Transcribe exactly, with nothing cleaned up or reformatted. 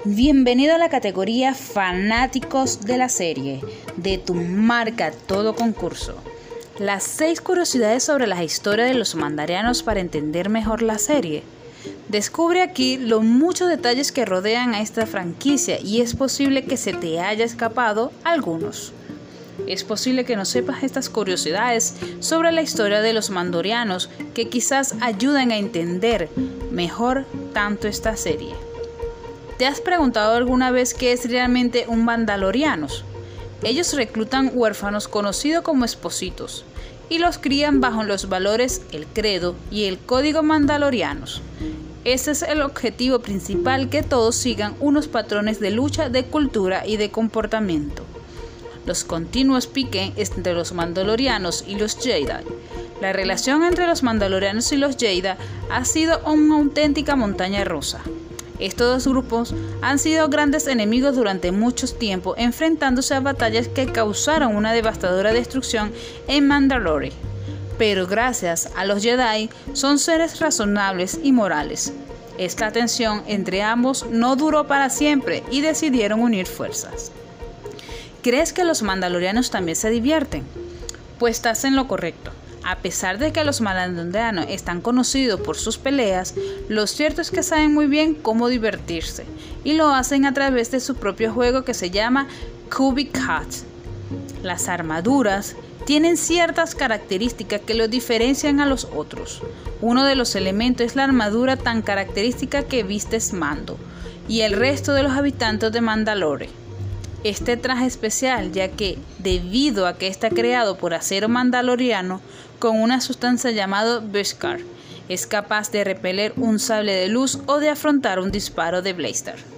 Bienvenido a la categoría Fanáticos de la serie de Tu Marca Todo Concurso. Las seis curiosidades sobre la historia de los Mandalorianos para entender mejor la serie. Descubre aquí los muchos detalles que rodean a esta franquicia y es posible que se te haya escapado algunos. Es posible que no sepas estas curiosidades sobre la historia de los Mandalorianos que quizás ayuden a entender mejor tanto esta serie. ¿Te has preguntado alguna vez qué es realmente un Mandaloriano? Ellos reclutan huérfanos conocidos como espositos y los crían bajo los valores, el credo y el código mandalorianos. Ese es el objetivo principal, que todos sigan unos patrones de lucha, de cultura y de comportamiento. Los continuos piques entre los Mandalorianos y los Jedi. La relación entre los Mandalorianos y los Jedi ha sido una auténtica montaña rusa. Estos dos grupos han sido grandes enemigos durante mucho tiempo, enfrentándose a batallas que causaron una devastadora destrucción en Mandalore. Pero gracias a los Jedi, son seres razonables y morales. Esta tensión entre ambos no duró para siempre y decidieron unir fuerzas. ¿Crees que los Mandalorianos también se divierten? Pues estás en lo correcto. A pesar de que los Mandalorianos están conocidos por sus peleas, lo cierto es que saben muy bien cómo divertirse y lo hacen a través de su propio juego que se llama Cubic Hat. Las armaduras tienen ciertas características que los diferencian a los otros. Uno de los elementos es la armadura tan característica que viste Mando y el resto de los habitantes de Mandalore. Este traje especial, ya que, debido a que está creado por acero mandaloriano con una sustancia llamada Beskar, es capaz de repeler un sable de luz o de afrontar un disparo de blaster.